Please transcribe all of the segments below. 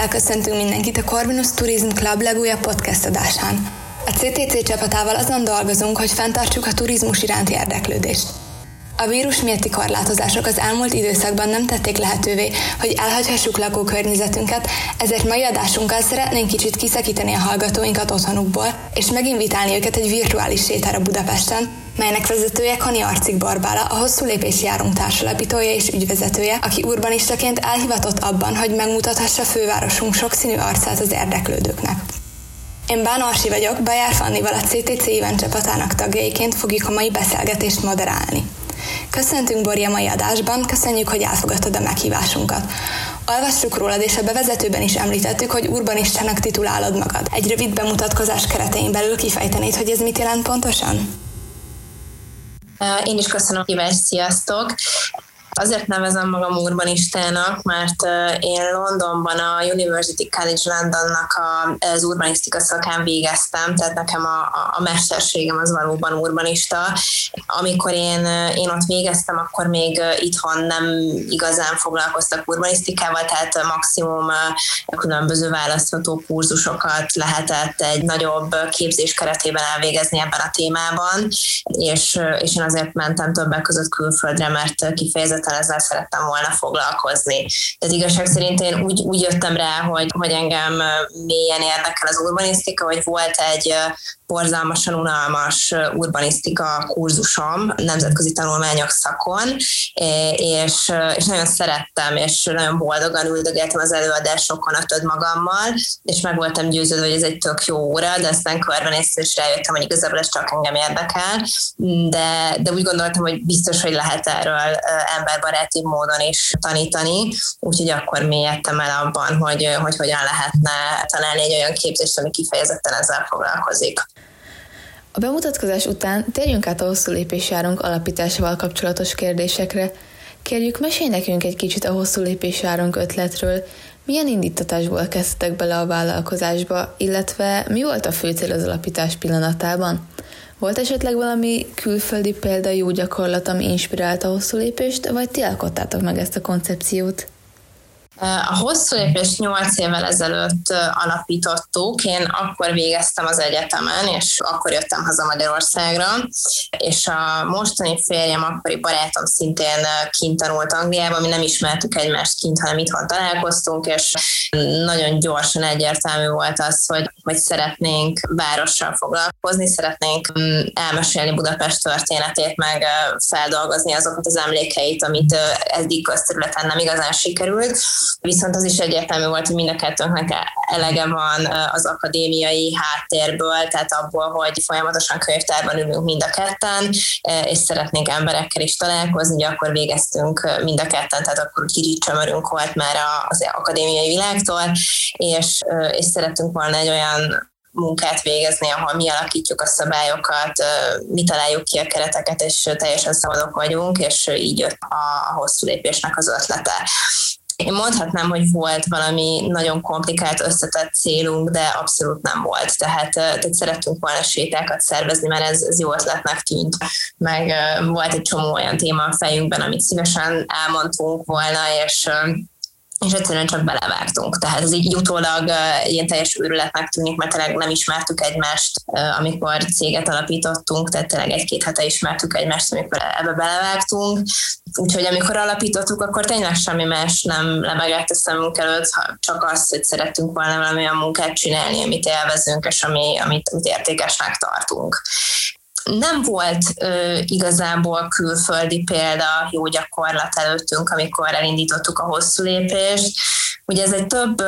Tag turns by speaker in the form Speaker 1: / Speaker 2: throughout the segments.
Speaker 1: Szeretettel köszöntünk mindenkit a Corvinus Tourism Club legújabb podcast adásán. A CTC csapatával azon dolgozunk, hogy fenntartsuk a turizmus iránti érdeklődést. A vírus miatti korlátozások az elmúlt időszakban nem tették lehetővé, hogy elhagyhassuk lakókörnyezetünket, ezért mai adásunkkal szeretnénk kicsit kiszakítani a hallgatóinkat otthonukból, és meginvitálni őket egy virtuális sétára Budapesten, melynek vezetője Kani Arcik Barbála, a Hosszú Lépés Járunk társalapítója és ügyvezetője, aki urbanistaként elhivatott abban, hogy megmutathassa fővárosunk sokszínű arcát az érdeklődőknek. Én Bán Orsi vagyok, Bajár Fannival, a CTC event csapatának tagjaiként fogjuk a mai beszélgetést moderálni. Köszöntünk Bori a mai adásban, köszönjük, hogy elfogadtad a meghívásunkat. Olvassuk rólad, és a bevezetőben is említettük, hogy urbanistának titulálod magad. Egy rövid bemutatkozás keretein belül kifejtenéd, hogy ez mit jelent pontosan?
Speaker 2: Én is köszönöm a kívást, sziasztok! Azért nevezem magam urbanistának, mert én Londonban a University College Londonnak az urbanisztika szakán végeztem, tehát nekem a mesterségem az valóban urbanista. Amikor én ott végeztem, akkor még itthon nem igazán foglalkoztak urbanisztikával, tehát maximum különböző választható kurzusokat lehetett egy nagyobb képzés keretében elvégezni ebben a témában, és én azért mentem többek között külföldre, mert kifejezetten ezzel szerettem volna foglalkozni. Tehát igazság szerint én úgy jöttem rá, hogy engem mélyen érdekel az urbanisztika, hogy volt egy borzalmasan unalmas urbanisztika kurzusom, nemzetközi tanulmányok szakon, és nagyon szerettem, és nagyon boldogan üldögéltem az előadásokon a több magammal, és meg voltam győződve, hogy ez egy tök jó óra, de aztán körbenéztem, és rájöttem, hogy igazából ez csak engem érdekel, de úgy gondoltam, hogy biztos, hogy lehet erről emberbaráti módon is tanítani, úgyhogy akkor mélyedtem el abban, hogy hogyan lehetne találni egy olyan képzést, ami kifejezetten ezzel foglalkozik.
Speaker 3: A bemutatkozás után térjünk át a Hosszú Lépés Járunk alapításával kapcsolatos kérdésekre. Kérjük, mesélj nekünk egy kicsit a Hosszú Lépés Járunk ötletről, milyen indítatásból kezdtek bele a vállalkozásba, illetve mi volt a fő cél az alapítás pillanatában? Volt esetleg valami külföldi példa, jó gyakorlat, ami inspirálta a hosszú lépést, vagy ti alkottátok meg ezt a koncepciót?
Speaker 2: A Hosszú Lépést 8 évvel ezelőtt alapítottuk, én akkor végeztem az egyetemen, és akkor jöttem haza Magyarországra, és a mostani férjem, akkori barátom szintén kint tanult Angliában, mi nem ismertük egymást kint, hanem itthon találkoztunk, és nagyon gyorsan egyértelmű volt az, hogy szeretnénk várossal foglalkozni, szeretnénk elmesélni Budapest történetét, meg feldolgozni azokat az emlékeit, amit eddig közterületen nem igazán sikerült. Viszont az is egyértelmű volt, hogy mind a kettőnknek elege van az akadémiai háttérből, tehát abból, hogy folyamatosan könyvtárban ülünk mind a ketten, és szeretnénk emberekkel is találkozni, ugye akkor végeztünk mind a ketten, tehát akkor kicsit csömörünk volt már az akadémiai világtól, és szeretünk volna egy olyan munkát végezni, ahol mi alakítjuk a szabályokat, mi találjuk ki a kereteket, és teljesen szabadok vagyunk, és így jött a Hosszú Lépésnek az ötlete. Én mondhatnám, hogy volt valami nagyon komplikált, összetett célunk, de abszolút nem volt. Tehát szerettünk volna sétákat szervezni, mert ez jó ötletnek tűnt. Meg volt egy csomó olyan téma a fejünkben, amit szívesen elmondtunk volna, és egyszerűen csak belevágtunk. Tehát ez így utólag ilyen teljes őrületnek tűnik, mert tényleg nem ismertük egymást, amikor céget alapítottunk, tehát tényleg 1-2 hete ismertük egymást, amikor ebbe belevágtunk. Úgyhogy amikor alapítottuk, akkor tényleg semmi más nem lebegett a szemünk előtt, csak az, hogy szerettünk volna valamilyen munkát csinálni, amit élvezünk, és amit értékesnek tartunk. Nem volt igazából külföldi példa, jó gyakorlat előttünk, amikor elindítottuk a Hosszú Lépést. Ugye ez egy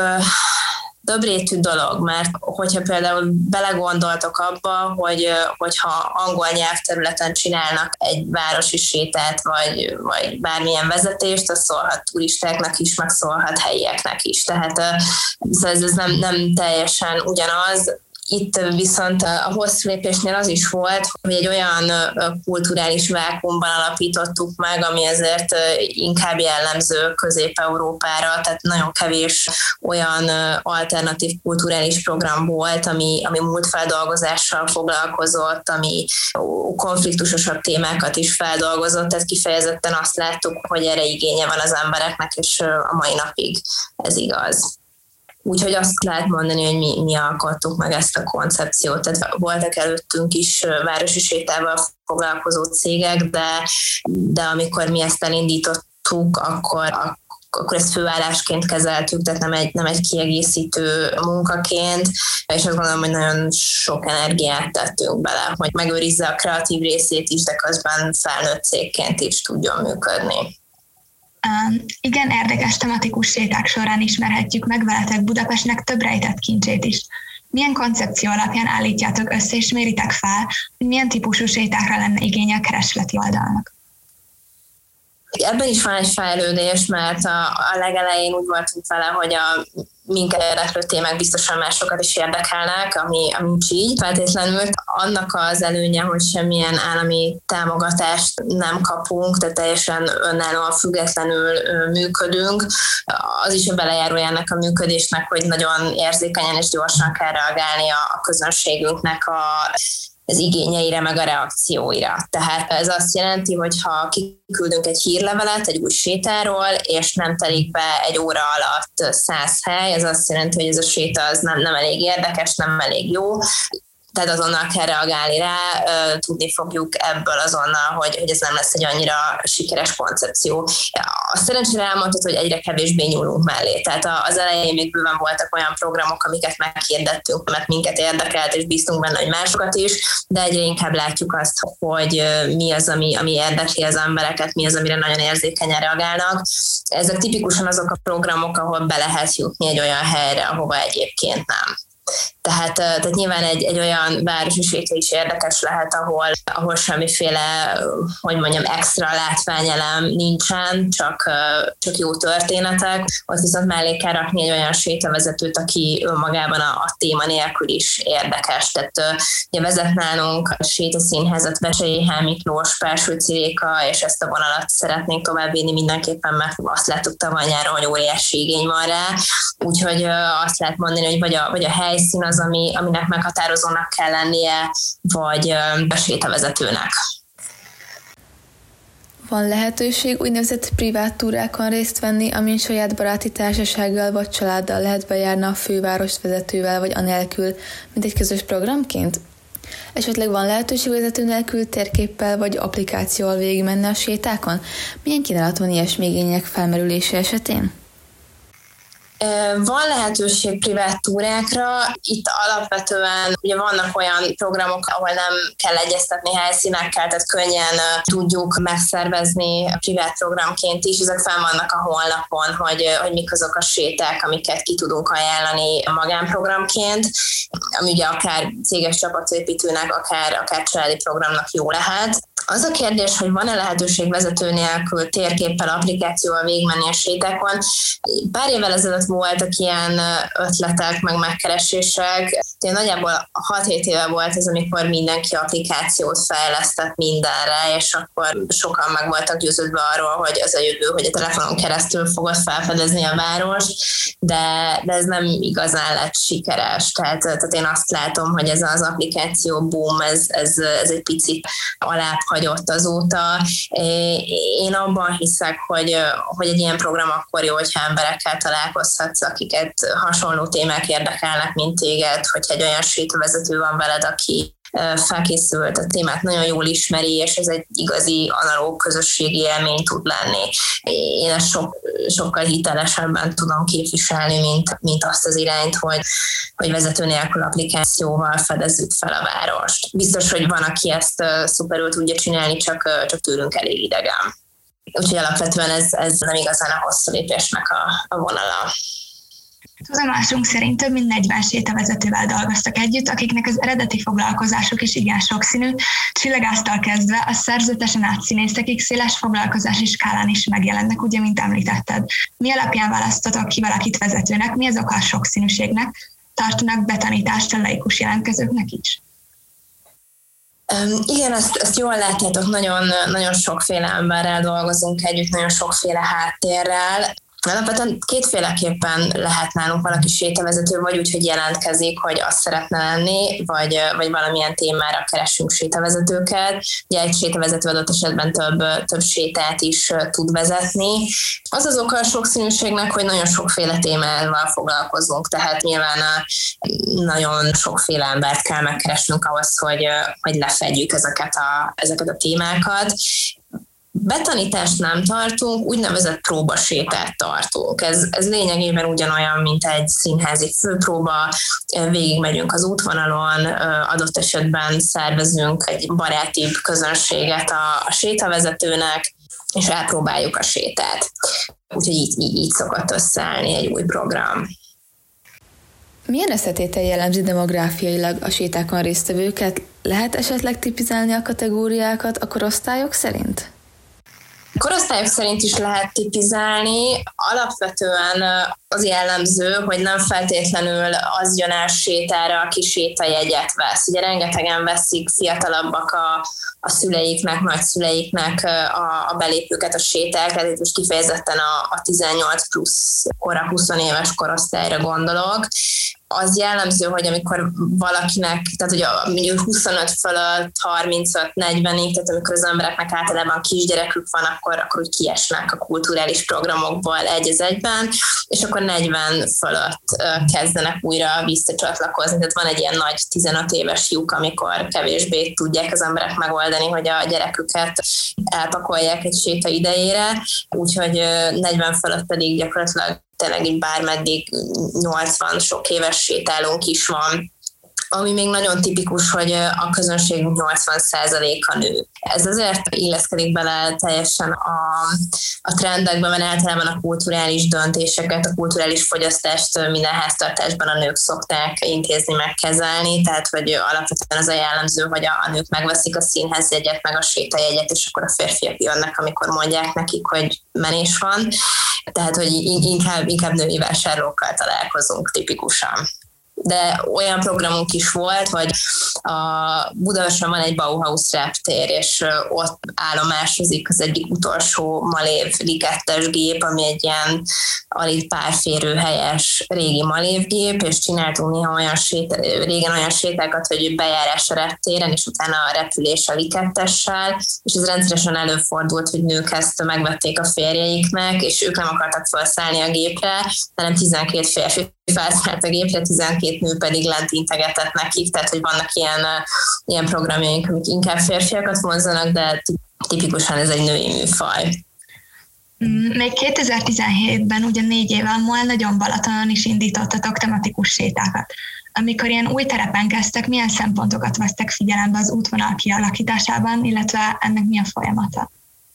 Speaker 2: több rétű dolog, mert hogyha például belegondoltok abba, hogyha angol nyelvterületen csinálnak egy városi sétát, vagy bármilyen vezetést, az szólhat turistáknak is, meg szólhat helyieknek is. Tehát ez nem teljesen ugyanaz. Itt viszont a Hosszú Lépésnél az is volt, hogy egy olyan kulturális vákuumban alapítottuk meg, ami ezért inkább jellemző Közép-Európára, tehát nagyon kevés olyan alternatív kulturális program volt, ami múltfeldolgozással foglalkozott, ami konfliktusosabb témákat is feldolgozott, tehát kifejezetten azt láttuk, hogy erre igénye van az embereknek, és a mai napig ez igaz. Úgyhogy azt lehet mondani, hogy mi alkottuk meg ezt a koncepciót. Tehát voltak előttünk is városi sétával foglalkozó cégek, de amikor mi ezt elindítottuk, akkor ezt főállásként kezeltük, tehát nem egy kiegészítő munkaként, és azt gondolom, hogy nagyon sok energiát tettünk bele, hogy megőrizze a kreatív részét is, de közben felnőtt cégként is tudjon működni.
Speaker 1: Igen, érdekes tematikus séták során ismerhetjük meg veletek Budapestnek több rejtett kincsét is. Milyen koncepció alapján állítjátok össze és méritek fel, hogy milyen típusú sétákra lenne igénye a keresleti oldalnak?
Speaker 2: Ebben is van egy fejlődés, mert a legelején úgy voltunk vele, hogy a minket érdeklő témák biztosan másokat is érdekelnek, ami nincs így feltétlenül. Annak az előnye, hogy semmilyen állami támogatást nem kapunk, tehát teljesen önállóan függetlenül működünk. Az is a belejárója a működésnek, hogy nagyon érzékenyen és gyorsan kell reagálni a közönségünknek az igényeire, meg a reakcióira. Tehát ez azt jelenti, hogy ha kiküldünk egy hírlevelet egy új sétáról, és nem telik be egy óra alatt 100 hely, ez azt jelenti, hogy ez a séta az nem elég érdekes, nem elég jó, tehát azonnal kell reagálni rá, tudni fogjuk ebből azonnal, hogy ez nem lesz egy annyira sikeres koncepció. Azt szerencsére elmondtad, hogy egyre kevésbé nyúlunk mellé. Tehát az elején még bőven voltak olyan programok, amiket meghirdettünk, mert minket érdekelt, és bíztunk benne, hogy másokat is, de egyre inkább látjuk azt, hogy mi az, ami érdekli az embereket, mi az, amire nagyon érzékenyen reagálnak. Ezek tipikusan azok a programok, ahol be lehet jutni egy olyan helyre, ahova egyébként nem. Tehát nyilván egy olyan városi séta is érdekes lehet, ahol semmiféle, extra látványelem nincsen, csak jó történetek. Ott viszont mellé kell rakni egy olyan sétavezetőt, aki önmagában a téma nélkül is érdekes. Tehát ugye vezet nálunk a sétaszínházat Vecsei H. Miklós, Pálsújci Réka, és ezt a vonalat szeretnénk továbbvinni mindenképpen, mert azt láttuk tavaly nyáron, hogy óriási igény van rá. Úgyhogy azt lehet mondani, hogy vagy a helyszín az, aminek meghatározónak kell lennie, vagy a sétavezetőnek.
Speaker 3: Van lehetőség úgynevezett privát túrákon részt venni, amin saját baráti társasággal vagy családdal lehet bejárni a fővárost vezetővel, vagy anélkül, mint egy közös programként? Esetleg van lehetőség vezető nélkül térképpel vagy applikációval végigmenni a sétákon? Milyen kínálat van ilyesmi igények felmerülése esetén?
Speaker 2: Van lehetőség privát túrákra, itt alapvetően ugye vannak olyan programok, ahol nem kell egyeztetni helyszínekkel, tehát könnyen tudjuk megszervezni privát programként is, ezek fenn vannak a honlapon, hogy mik azok a séták, amiket ki tudunk ajánlani magánprogramként, ami ugye akár céges csapatépítőnek, akár családi programnak jó lehet. Az a kérdés, hogy van-e lehetőség vezető nélkül térképpel, applikációval végigmenni a sétákon. Pár évvel ezelőtt voltak ilyen ötletek, meg megkeresések. Nagyjából 6-7 éve volt ez, amikor mindenki applikációt fejlesztett mindenre, és akkor sokan meg voltak győződve arról, hogy az a jövő, hogy a telefonon keresztül fogod felfedezni a várost, de ez nem igazán lett sikeres. Tehát én azt látom, hogy ez az applikáció boom, ez egy picit alább hagyott azóta. Én abban hiszek, hogy egy ilyen program akkor jó, hogyha emberekkel találkozhatsz, akiket hasonló témák érdekelnek, mint téged, hogyha egy olyan sétavezető van veled, aki felkészült, a témát nagyon jól ismeri, és ez egy igazi analóg közösségi élmény tud lenni. Én ezt sokkal hitelesebben tudom képviselni, mint azt az irányt, hogy vezető nélkül applikációval fedezzük fel a várost. Biztos, hogy van, aki ezt szuperül tudja csinálni, csak tőlünk elég idegen. Úgyhogy alapvetően ez nem igazán a hosszú lépésnek a vonala.
Speaker 1: Tudomásunk szerint több mint 40 sétavezetővel dolgoztak együtt, akiknek az eredeti foglalkozásuk is igen sokszínű, csillagásztól kezdve a szerzetesen át színészekig széles foglalkozási skálán is megjelennek, ugye, mint említetted. Mi alapján választotok ki valakit vezetőnek, mi az oka a sokszínűségnek? Tartanak betanítást a laikus jelentkezőknek is?
Speaker 2: Igen, ezt jól látjátok, nagyon, nagyon sokféle emberrel dolgozunk együtt, nagyon sokféle háttérrel. Alapvetően kétféleképpen lehet nálunk valaki sétavezető, vagy úgy, hogy jelentkezik, hogy azt szeretne lenni, vagy valamilyen témára keresünk sétavezetőket. Ugye egy sétavezető adott esetben több sétát is tud vezetni. Az oka a sokszínűségnek, hogy nagyon sokféle témával foglalkozunk, tehát nyilván nagyon sokféle embert kell megkeresnünk ahhoz, hogy lefedjük ezeket a témákat. Betanítást nem tartunk, úgynevezett próbasétát tartunk. Ez lényegében ugyanolyan, mint egy színházi főpróba, végigmegyünk az útvonalon, adott esetben szervezünk egy baráti közönséget a sétavezetőnek, és elpróbáljuk a sétát. Úgyhogy így szokott összeállni egy új program.
Speaker 3: Milyen összetétel jellemzi demográfiailag a sétákon résztvevőket? Lehet esetleg tipizálni a kategóriákat a korosztályok szerint?
Speaker 2: Korosztályok szerint is lehet tipizálni. Alapvetően az jellemző, hogy nem feltétlenül az jön el sétára, aki sétajegyet vesz. Ugye rengetegen veszik fiatalabbak a szüleiknek, nagyszüleiknek a belépőket, a sétákat, itt most kifejezetten a 18 plusz kora 20 éves korosztályra gondolok. Az jellemző, hogy amikor valakinek, tehát hogy 25 fölött, 35-40-ig, tehát amikor az embereknek általában kisgyerekük van, akkor úgy kiesnek a kulturális programokból egy az egyben, és akkor 40 fölött kezdenek újra visszacsatlakozni. Tehát van egy ilyen nagy 15 éves lyuk, amikor kevésbé tudják az emberek megoldani, hogy a gyereküket elpakolják egy séta idejére, úgyhogy 40 fölött pedig gyakorlatilag tényleg így bármeddig 80 sok éves sétálónk is van. Ami még nagyon tipikus, hogy a közönségünk 80%-a nő. Ez azért illeszkedik bele teljesen a trendekben, mert általában a kulturális döntéseket, a kulturális fogyasztást minden háztartásban a nők szokták intézni, megkezelni, tehát hogy alapvetően az a jellemző, hogy a nők megveszik a színházjegyet, meg a sétajegyet, és akkor a férfiak jönnek, amikor mondják nekik, hogy menés van. Tehát, hogy inkább női vásárlókkal találkozunk tipikusan. De olyan programunk is volt, hogy a Budaörsön van egy Bauhaus reptér, és ott állomásozik az egyik utolsó malév likettes gép, ami egy ilyen alig párférőhelyes régi malévgép, és csináltunk néha régen olyan sétákat, hogy bejárás a reptéren, és utána a repülés a likettessel, és ez rendszeresen előfordult, hogy nők ezt megvették a férjeiknek, és ők nem akartak felszállni a gépre, hanem 12 férfi felszállt a gépre, 12 nő pedig lent integetett nekik, tehát hogy vannak ilyen programjaink, amik inkább férfiakat vonzanak, de tipikusan ez egy női műfaj.
Speaker 4: Még 2017-ben, ugye 4 éven múlva nagyon Balatonon is indítottatok tematikus sétákat. Amikor ilyen új terepen kezdtek, milyen szempontokat vesztek figyelembe az útvonal kialakításában, illetve ennek mi a folyamata?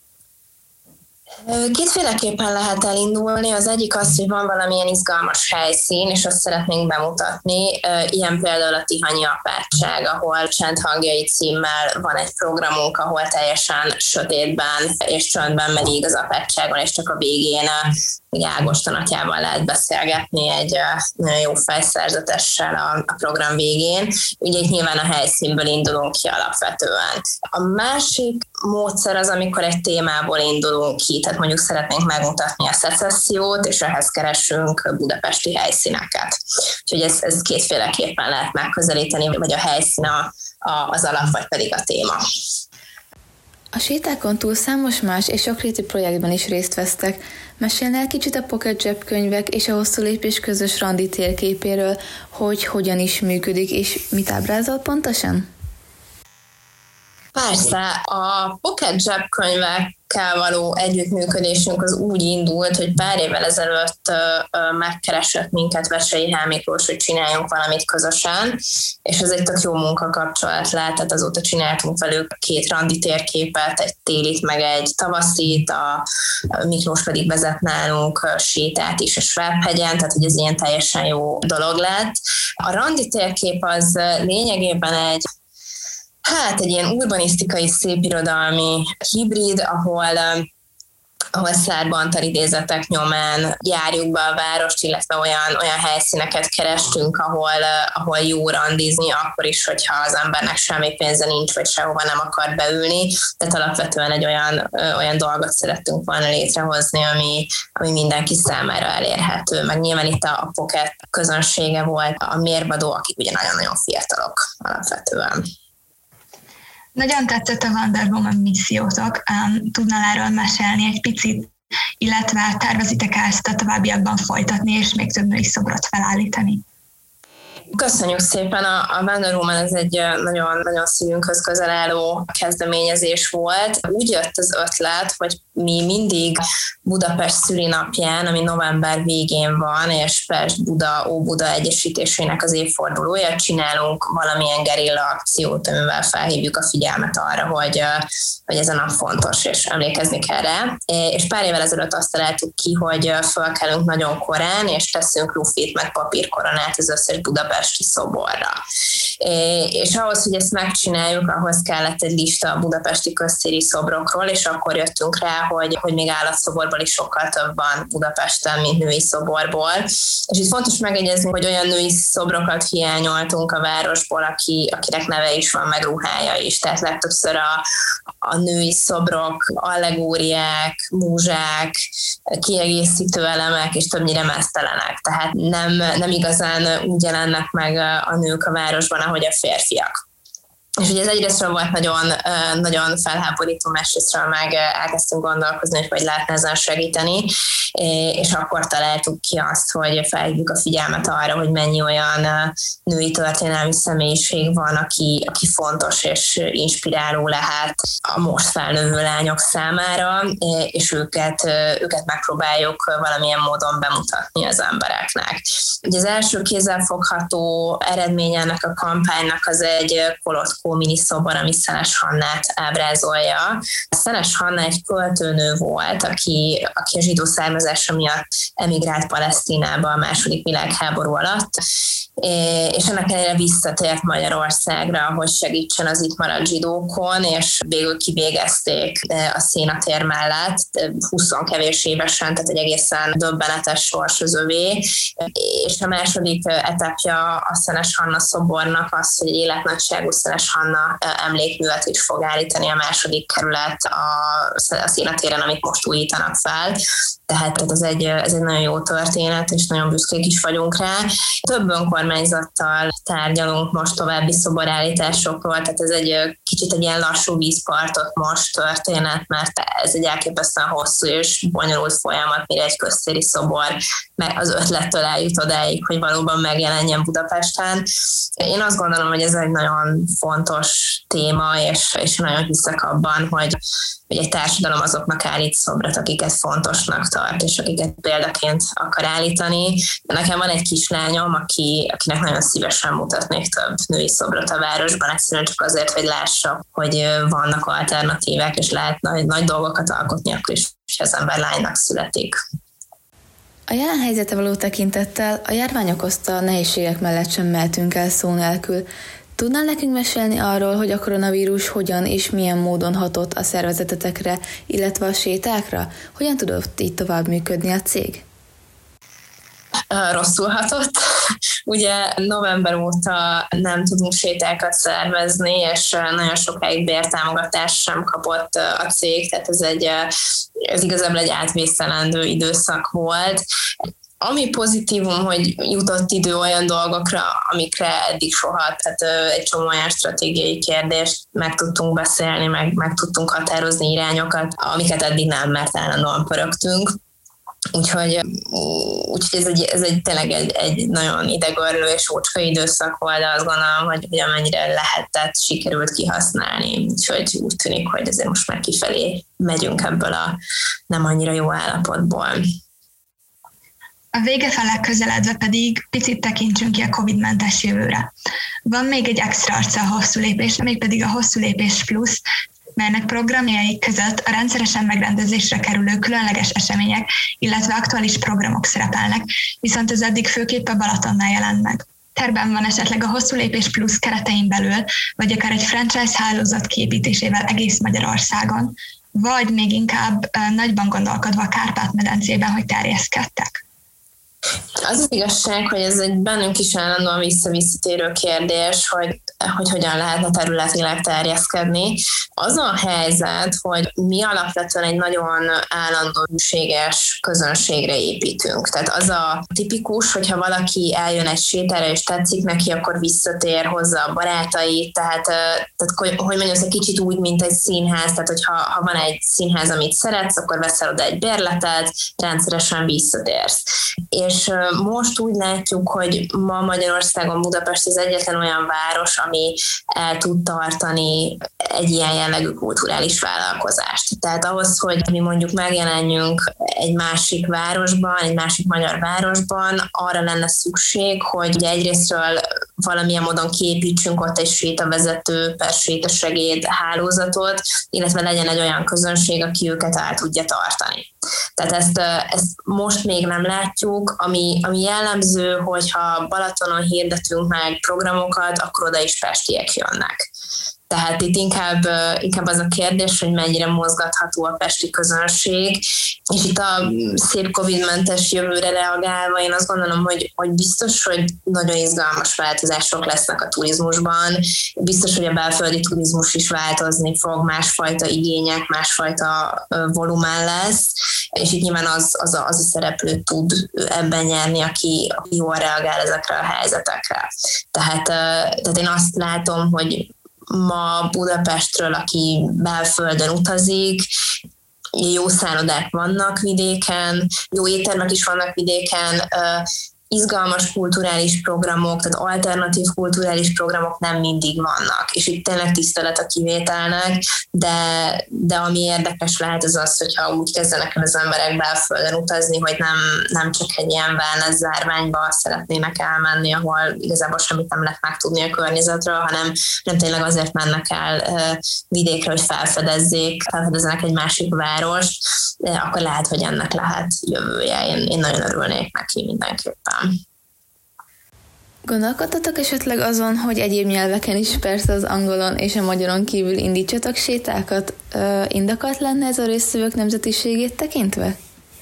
Speaker 2: Kétféleképpen lehet elindulni. Az egyik az, hogy van valamilyen izgalmas helyszín, és azt szeretnénk bemutatni. Ilyen például a Tihanyi apátság, ahol Csendhangjai címmel van egy programunk, ahol teljesen sötétben és csöndben megy az apátságon, és csak a végén Ágoston atyával lehet beszélgetni egy nagyon jó fejszerzetessel a program végén. Ugye itt nyilván a helyszínből indulunk ki alapvetően. A másik módszer az, amikor egy témából indulunk ki, tehát mondjuk szeretnénk megmutatni a szecessziót, és ehhez keresünk budapesti helyszíneket. Úgyhogy ez kétféleképpen lehet megközelíteni, vagy a helyszín az alap, vagy pedig a téma.
Speaker 3: A sétákon túl számos más és sokrétű projektben is részt vesztek. Mesélnél kicsit a Pocket zsebkönyvek és a hosszú lépés közös randi térképéről, hogy hogyan is működik, és mit ábrázol pontosan?
Speaker 2: Persze, a Pocket zsebkönyvekkel való együttműködésünk az úgy indult, hogy pár évvel ezelőtt megkeresett minket Vecsei H. Miklós, hogy csináljunk valamit közösen, és ez egy tök jó munkakapcsolat lett, tehát azóta csináltunk velük 2 randi térképet, egy télit, meg egy tavaszit, a Miklós pedig vezet nálunk sétát is a Svábhegyen, tehát hogy ez ilyen teljesen jó dolog lett. A randi térkép az lényegében egy ilyen urbanisztikai szépirodalmi hibrid, ahol ahol Szerbantal idézetek nyomán járjuk be a várost, illetve olyan helyszíneket kerestünk, ahol jó randizni, akkor is, hogyha az embernek semmi pénze nincs, vagy sehova nem akar beülni. Tehát alapvetően egy olyan dolgot szerettünk volna létrehozni, ami mindenki számára elérhető. Meg nyilván itt a Pocket közönsége volt a mérvadó, akik ugye nagyon-nagyon fiatalok alapvetően.
Speaker 4: Nagyon tetszett a Wonder Woman missziótok. Tudnál erről mesélni egy picit, illetve tervezitek ezt a továbbiakban folytatni, és még több női szobrot felállítani?
Speaker 2: Köszönjük szépen, a Wonder Woman ez egy nagyon szívünkhöz közel álló kezdeményezés volt. Úgy jött az ötlet, hogy mi mindig Budapest szülinapján, ami november végén van, és Pest-Buda, Óbuda egyesítésének az évfordulója, csinálunk valamilyen gerilla akciót, amivel felhívjuk a figyelmet arra, hogy ez a nap fontos, és emlékezni kell rá. És pár évvel ezelőtt azt találtuk ki, hogy fölkelünk nagyon korán, és teszünk lufit, meg papírkoronát az összes budapesti szoborra. És ahhoz, hogy ezt megcsináljuk, ahhoz kellett egy lista a budapesti köztéri szobrokról, és akkor jöttünk rá, hogy még állatszoborból is sokkal több van Budapesten, mint női szoborból. És itt fontos megegyezni, hogy olyan női szobrokat hiányoltunk a városból, akinek neve is van, meg ruhája is. Tehát legtöbbször a női szobrok, allegóriák, múzsák, kiegészítő elemek, és többnyire meztelenek. Tehát nem igazán úgy jelennek meg a nők a városban, ahogy a férfiak. És ugye ez egyrésztről volt nagyon felháborító, másrésztről meg elkezdtünk gondolkozni, hogy lehetne ezen segíteni, és akkor találtuk ki azt, hogy felhívjuk a figyelmet arra, hogy mennyi olyan női történelmi személyiség van, aki fontos és inspiráló lehet a most felnövő lányok számára, és őket megpróbáljuk valamilyen módon bemutatni az embereknek. Ugye az első kézzelfogható eredmény ennek a kampánynak az egy Kolotkó miniszobor, ami Szenes Hannát ábrázolja. Szenes Hanna egy költőnő volt, aki a zsidó származása miatt emigrált Palesztinába a II. Világháború alatt, és ennek ellenére visszatért Magyarországra, hogy segítsen az itt maradt zsidókon, és végül kivégezték a Szénatér mellett, 20 kevés évesen, tehát egy egészen döbbenetes sors az övé. És a második etapja a Szenes Hanna szobornak az, hogy egy életnagyságú Szenes Hanna emlékművet is fog állítani a II. Kerület a Szénatéren, amit most újítanak fel. Tehát ez egy nagyon jó történet, és nagyon büszkék is vagyunk rá. Több önkormányzattal tárgyalunk most további szoborállításokról, tehát ez egy kicsit egy ilyen lassú vízpartot most történet, mert ez egy elképesztően hosszú és bonyolult folyamat, mire egy köztéri szobor az ötlettől eljut odáig, hogy valóban megjelenjen Budapesten. Én azt gondolom, hogy ez egy nagyon fontos téma, és nagyon hiszek abban, hogy egy társadalom azoknak állít szobrot, akiket fontosnak tart, és akiket példaként akar állítani. Nekem van egy kislányom, akinek nagyon szívesen mutatnék több női szobrot a városban, egyszerűen csak azért, hogy lássa, hogy vannak alternatívák, és lehet nagy dolgokat alkotni, akkor is, hogy az ember lánynak születik.
Speaker 3: A jelen helyzete való tekintettel a járvány okozta nehézségek mellett sem mehetünk el szó nélkül. Tudnál nekünk mesélni arról, hogy a koronavírus hogyan és milyen módon hatott a szervezetetekre, illetve a sétákra? Hogyan tudott így tovább működni a cég?
Speaker 2: Rosszul hatott. Ugye november óta nem tudunk sétákat szervezni, és nagyon sokáig bértámogatást sem kapott a cég, tehát ez igazából egy átvészelendő időszak volt. Ami pozitívum, hogy jutott idő olyan dolgokra, amikre eddig soha, tehát egy csomó olyan stratégiai kérdést meg tudtunk beszélni, meg tudtunk határozni irányokat, amiket eddig nem, mert állandóan pörögtünk. Úgyhogy ez egy tényleg egy nagyon idegörlő és ócska időszak volt, de azt gondolom, hogy amennyire lehetett, sikerült kihasználni. Úgyhogy úgy tűnik, hogy azért most már kifelé megyünk ebből a nem annyira jó állapotból.
Speaker 4: A vége fele közeledve pedig picit tekintsünk ki a Covid-mentes jövőre. Van még egy extra arca a hosszú lépés, mégpedig a Hosszú Lépés Plusz, melynek programjai között a rendszeresen megrendezésre kerülő különleges események, illetve aktuális programok szerepelnek, viszont ez eddig főképp a Balatonnál jelent meg. Tervben van esetleg a Hosszú Lépés Plusz keretein belül, vagy akár egy franchise hálózat kiépítésével egész Magyarországon, vagy még inkább nagyban gondolkodva a Kárpát-medencében, hogy terjeszkedtek?
Speaker 2: Az az igazság, hogy ez egy bennünk is állandóan visszatérő kérdés, hogy hogyan lehetne területileg terjeszkedni. Az a helyzet, hogy mi alapvetően egy nagyon állandó hűséges közönségre építünk. Tehát az a tipikus, hogyha valaki eljön egy sétára és tetszik neki, akkor visszatér hozzá a barátait, tehát hogy mondjam, ez egy kicsit úgy, mint egy színház, tehát hogyha van egy színház, amit szeretsz, akkor veszel oda egy bérletet, rendszeresen visszatérsz. És most úgy látjuk, hogy ma Magyarországon Budapest az egyetlen olyan város, ami el tud tartani egy ilyen jellegű kulturális vállalkozást. Tehát ahhoz, hogy mi mondjuk megjelenjünk egy másik városban, egy másik magyar városban, arra lenne szükség, hogy egyrésztről valamilyen módon kiépítsünk ott egy sétavezető per sétasegéd hálózatot, illetve legyen egy olyan közönség, aki őket el tudja tartani. Tehát ezt most még nem látjuk, ami jellemző, hogyha Balatonon hirdetünk meg programokat, akkor oda is pestiek jönnek. Tehát itt inkább az a kérdés, hogy mennyire mozgatható a pesti közönség, és itt a szép Covid-mentes jövőre reagálva én azt gondolom, hogy biztos, hogy nagyon izgalmas változások lesznek a turizmusban, biztos, hogy a belföldi turizmus is változni fog, másfajta igények, másfajta volumen lesz, és itt nyilván az a szereplő tud ebben nyerni, aki jól reagál ezekre a helyzetekre. Tehát én azt látom, hogy ma Budapestről, aki belföldön utazik, jó szállodák vannak vidéken, jó éttermek is vannak vidéken, izgalmas kulturális programok, tehát alternatív kulturális programok nem mindig vannak, és itt tényleg tisztelet a kivételnek, de ami érdekes lehet az, hogyha úgy kezdenek el az emberek belföldön utazni, hogy nem csak egy ilyen wellness zárványba szeretnének elmenni, ahol igazából semmit nem lehet megtudni a környezetről, hanem tényleg azért mennek el vidékre, hogy felfedezzenek egy másik várost, akkor lehet, hogy ennek lehet jövője. Én nagyon örülnék neki mindenképpen.
Speaker 3: Gondolkodtatok esetleg azon, hogy egyéb nyelveken is, persze az angolon és a magyaron kívül indítsatok sétákat? Indokolt lenne ez a résztvevők nemzetiségét tekintve?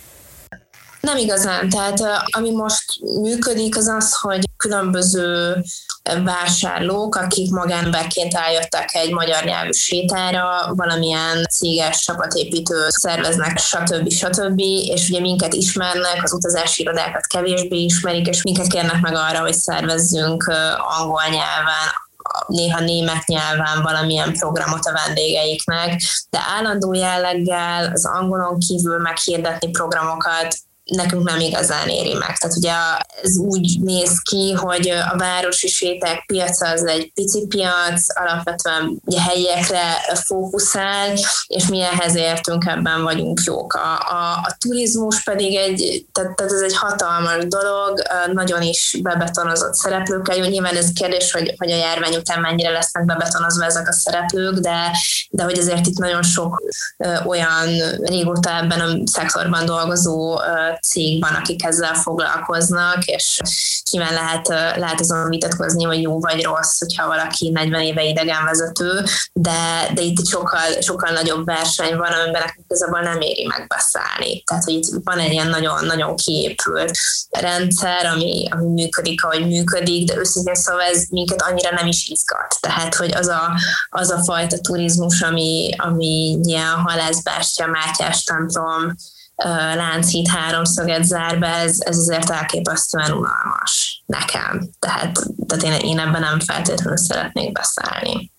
Speaker 2: Nem igazán. Tehát ami most működik az az, hogy különböző vásárlók, akik magánberként eljöttek egy magyar nyelvű sétára, valamilyen céges csapatépítő szerveznek, stb. És ugye minket ismernek, az utazási irodákat kevésbé ismerik, és minket kérnek meg arra, hogy szervezzünk angol nyelven, néha német nyelven valamilyen programot a vendégeiknek, de állandó jelleggel az angolon kívül meghirdetni programokat nekünk nem igazán éri meg. Tehát ugye ez úgy néz ki, hogy a városi séták piaca az egy pici piac, alapvetően ugye helyiekre fókuszál, és mi ehhez értünk, ebben vagyunk jók. A turizmus pedig tehát ez egy hatalmas dolog, nagyon is bebetonozott szereplőkkel. Jó, nyilván ez kérdés, hogy a járvány után mennyire lesznek bebetonozva ezek a szereplők, de hogy azért itt nagyon sok olyan régóta ebben a szektorban dolgozó cég van, akik ezzel foglalkoznak, és nyilván lehet azon vitatkozni, hogy jó vagy rossz, hogyha valaki 40 éve idegenvezető, de itt sokkal nagyobb verseny van, amiben igazából nem éri megbeszállni. Tehát, hogy itt van egy ilyen nagyon-nagyon kiépült rendszer, ami működik, ahogy működik, de őszintén szóval ez minket annyira nem is izgat. Tehát, hogy az a fajta turizmus, ami ilyen Halászbástya, Mátyás templom, Lánchíd háromszöget zár be, ez azért elképesztően unalmas nekem. Tehát én ebben nem feltétlenül szeretnék beszállni.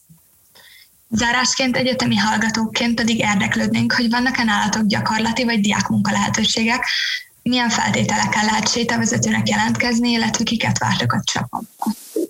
Speaker 4: Zárásként egyetemi hallgatóként pedig érdeklődnénk, hogy vannak-e nálatok gyakorlati vagy diákmunka lehetőségek, milyen feltételekkel lehet sétavezetőnek jelentkezni, illetve kiket vártok a csapatba?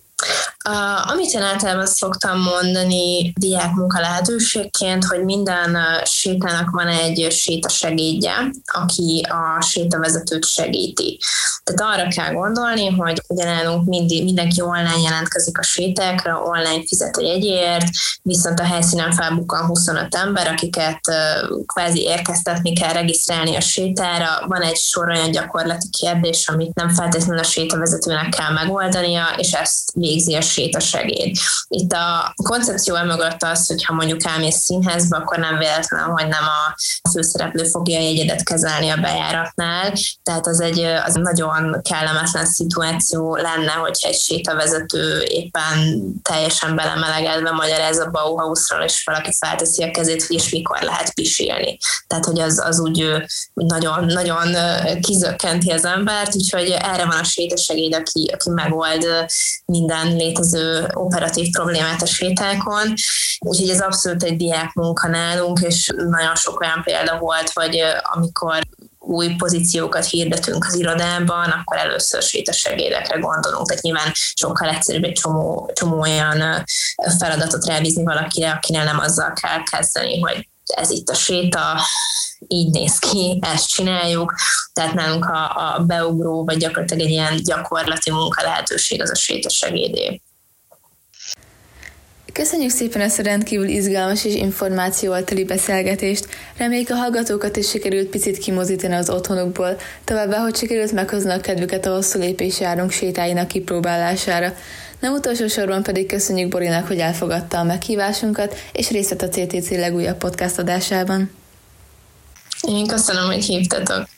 Speaker 2: Amit én általában szoktam mondani diákmunka lehetőségként, hogy minden sétának van egy sétasegédje, aki a sétavezetőt segíti. Tehát arra kell gondolni, hogy ugyanálunk mindenki online jelentkezik a sétákra, online fizet a jegyért, viszont a helyszínen felbukkan 25 ember, akiket kvázi érkeztetni kell, regisztrálni a sétára. Van egy sor olyan gyakorlati kérdés, amit nem feltétlenül a sétavezetőnek kell megoldania, és ezt végzi a sétasegéd. Itt a koncepció mögött az, hogyha mondjuk elmész színházba, akkor nem véletlen, hogy nem a főszereplő fogja a jegyedet kezelni a bejáratnál, tehát az nagyon kellemetlen szituáció lenne, hogyha egy sétavezető éppen teljesen belemelegedve magyaráz a Bauhausról, és valaki felteszi a kezét, és mikor lehet pisilni. Tehát, hogy az úgy nagyon, nagyon kizökkenti az embert, úgyhogy erre van a sétasegéd, aki megold minden létező operatív problémát a sétákon. Úgyhogy ez abszolút egy diákmunka nálunk, és nagyon sok olyan példa volt, hogy amikor új pozíciókat hirdetünk az irodában, akkor először sétasegédekre gondolunk. Tehát nyilván sokkal egyszerűbb egy csomó olyan feladatot rábízni valakire, akinek nem azzal kell kezdeni, hogy ez itt a séta, így néz ki, ezt csináljuk. Tehát nálunk a beugró, vagy gyakorlatilag egy ilyen gyakorlati munka lehetőség az a sétasegédé.
Speaker 3: Köszönjük szépen ezt a rendkívül izgalmas és információval teli beszélgetést. Reméljük a hallgatókat is sikerült picit kimozdítani az otthonukból, továbbá, hogy sikerült meghozni a kedvüket a hosszú lépésjárunk sétáinak kipróbálására. Nem utolsó sorban pedig köszönjük Borinak, hogy elfogadta a meghívásunkat, és részt vett a CTC legújabb podcast adásában.
Speaker 2: Én köszönöm, hogy hívtatok.